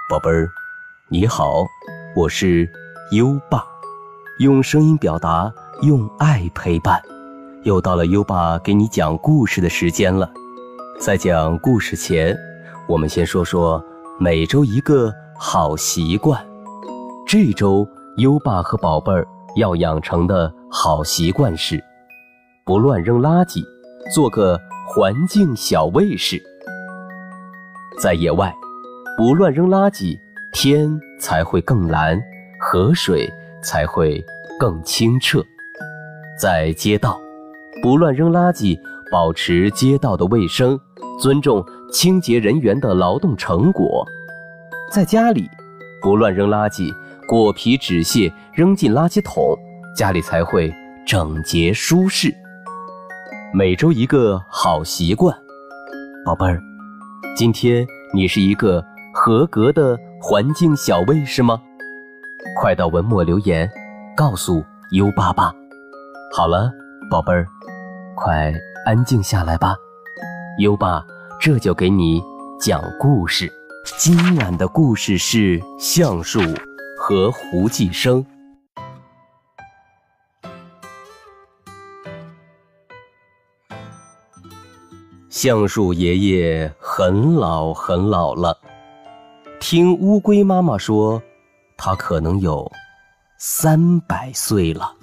宝贝儿，你好，我是优爸，用声音表达，用爱陪伴。又到了优爸给你讲故事的时间了。在讲故事前，我们先说说每周一个好习惯。这周优爸和宝贝儿要养成的好习惯是不乱扔垃圾，做个环境小卫士。在野外，不乱扔垃圾，天才会更蓝，河水才会更清澈。在街道，不乱扔垃圾，保持街道的卫生，尊重清洁人员的劳动成果。在家里，不乱扔垃圾，果皮纸屑扔进垃圾桶，家里才会整洁舒适。每周一个好习惯。宝贝儿，今天你是一个合格的环境小卫士吗？快到文末留言告诉优爸吧。好了，宝贝儿，快安静下来吧，优爸这就给你讲故事。今晚的故事是橡树和胡寄生。橡树爷爷很老很老了，听乌龟妈妈说，他可能有300岁了。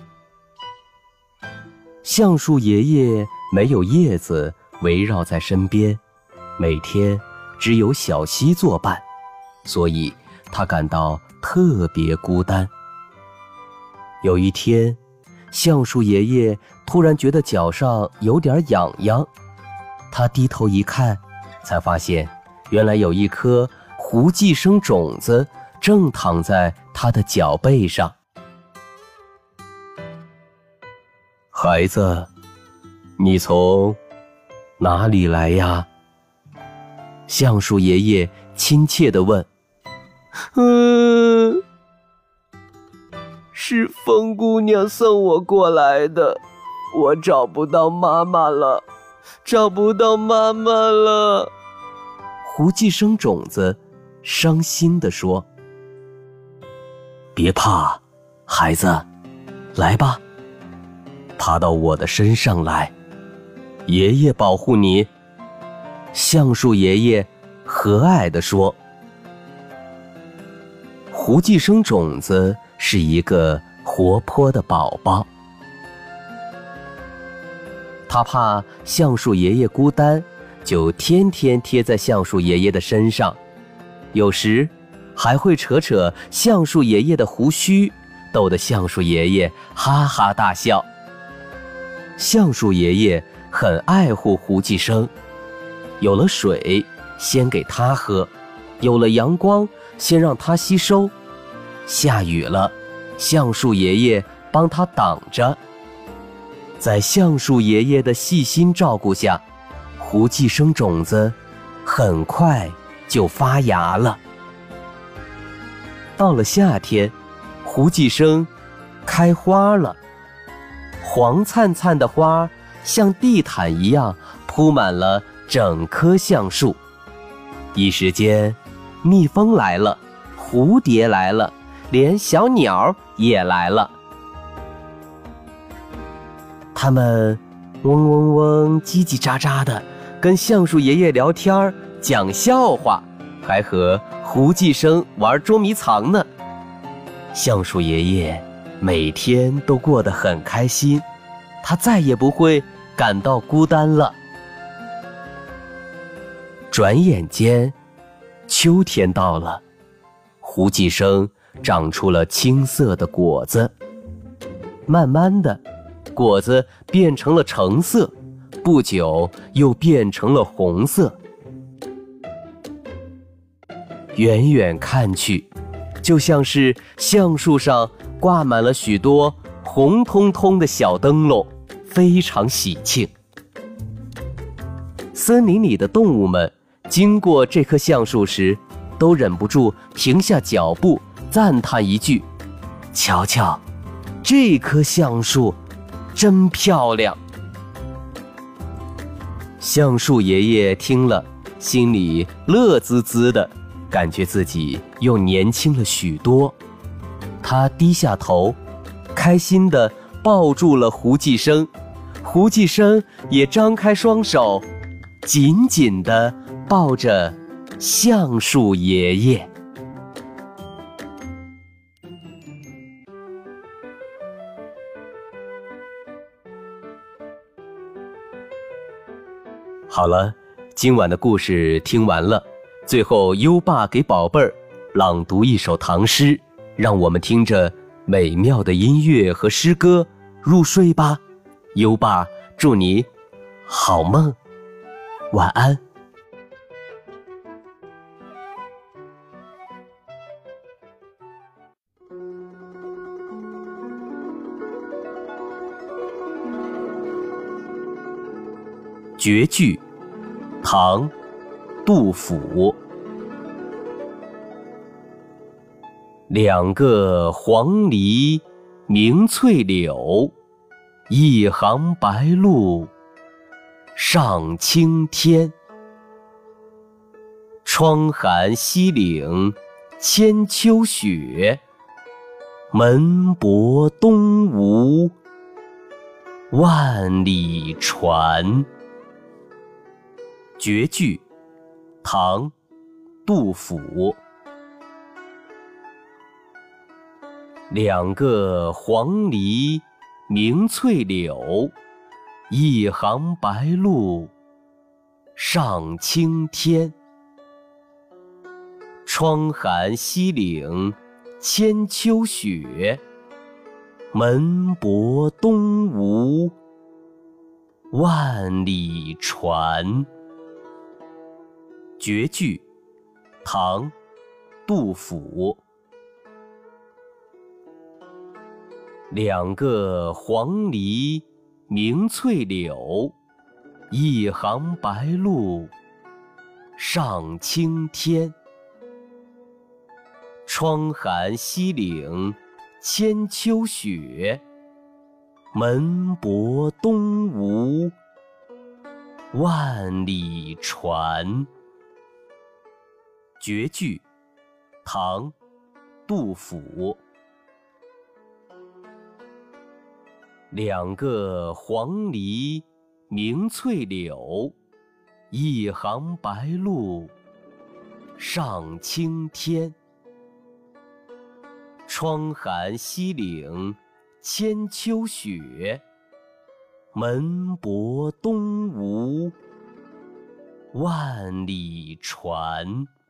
橡树爷爷没有叶子围绕在身边，每天只有小溪作伴，所以他感到特别孤单。有一天，橡树爷爷突然觉得脚上有点痒痒，他低头一看，才发现原来有一颗胡寄生种子正躺在他的脚背上。孩子，你从哪里来呀？橡树爷爷亲切地问。 是风姑娘送我过来的，我找不到妈妈了，找不到妈妈了。 胡寄生种子伤心地说。别怕，孩子，来吧，爬到我的身上来，爷爷保护你。橡树爷爷和蔼地说。胡寄生种子是一个活泼的宝宝，他怕橡树爷爷孤单，就天天贴在橡树爷爷的身上，有时还会扯扯橡树爷爷的胡须，逗得橡树爷爷哈哈大笑。橡树爷爷很爱护胡寄生，有了水先给他喝，有了阳光先让他吸收，下雨了橡树爷爷帮他挡着。在橡树爷爷的细心照顾下，胡寄生种子很快就发芽了。到了夏天，胡寄生开花了，黄灿灿的花像地毯一样铺满了整棵橡树。一时间，蜜蜂来了，蝴蝶来了，连小鸟也来了。它们嗡嗡嗡叽叽喳喳的跟橡树爷爷聊天讲笑话，还和胡寄生玩捉迷藏呢。橡树爷爷每天都过得很开心，他再也不会感到孤单了。转眼间，秋天到了，胡寄生长出了青色的果子，慢慢的，果子变成了橙色，不久又变成了红色。远远看去，就像是橡树上挂满了许多红彤彤的小灯笼，非常喜庆。森林里的动物们经过这棵橡树时，都忍不住停下脚步，赞叹一句：瞧瞧，这棵橡树真漂亮。橡树爷爷听了，心里乐滋滋的， 感觉自己又年轻了许多。他低下头，开心地抱住了胡寄生，胡寄生也张开双手，紧紧地抱着橡树爷爷。好了，今晚的故事听完了，最后优爸给宝贝儿朗读一首唐诗，让我们听着美妙的音乐和诗歌入睡吧。优爸祝你好梦，晚安。绝句，唐，杜甫。两个黄鹂鸣翠柳，一行白鹭上青天。窗含西岭千秋雪，门泊东吴万里船。绝句，唐，杜甫。两个黄鹂鸣翠柳，一行白鹭上青天。窗含西岭千秋雪，门泊东吴万里船。绝句，唐，杜甫。两个黄鹂鸣翠柳，一行白鹭上青天。窗含西岭千秋雪，门泊东吴万里船。绝句，唐，杜甫。两个黄鹂鸣翠柳，一行白鹭上青天。窗含西岭千秋雪，门泊东吴万里船。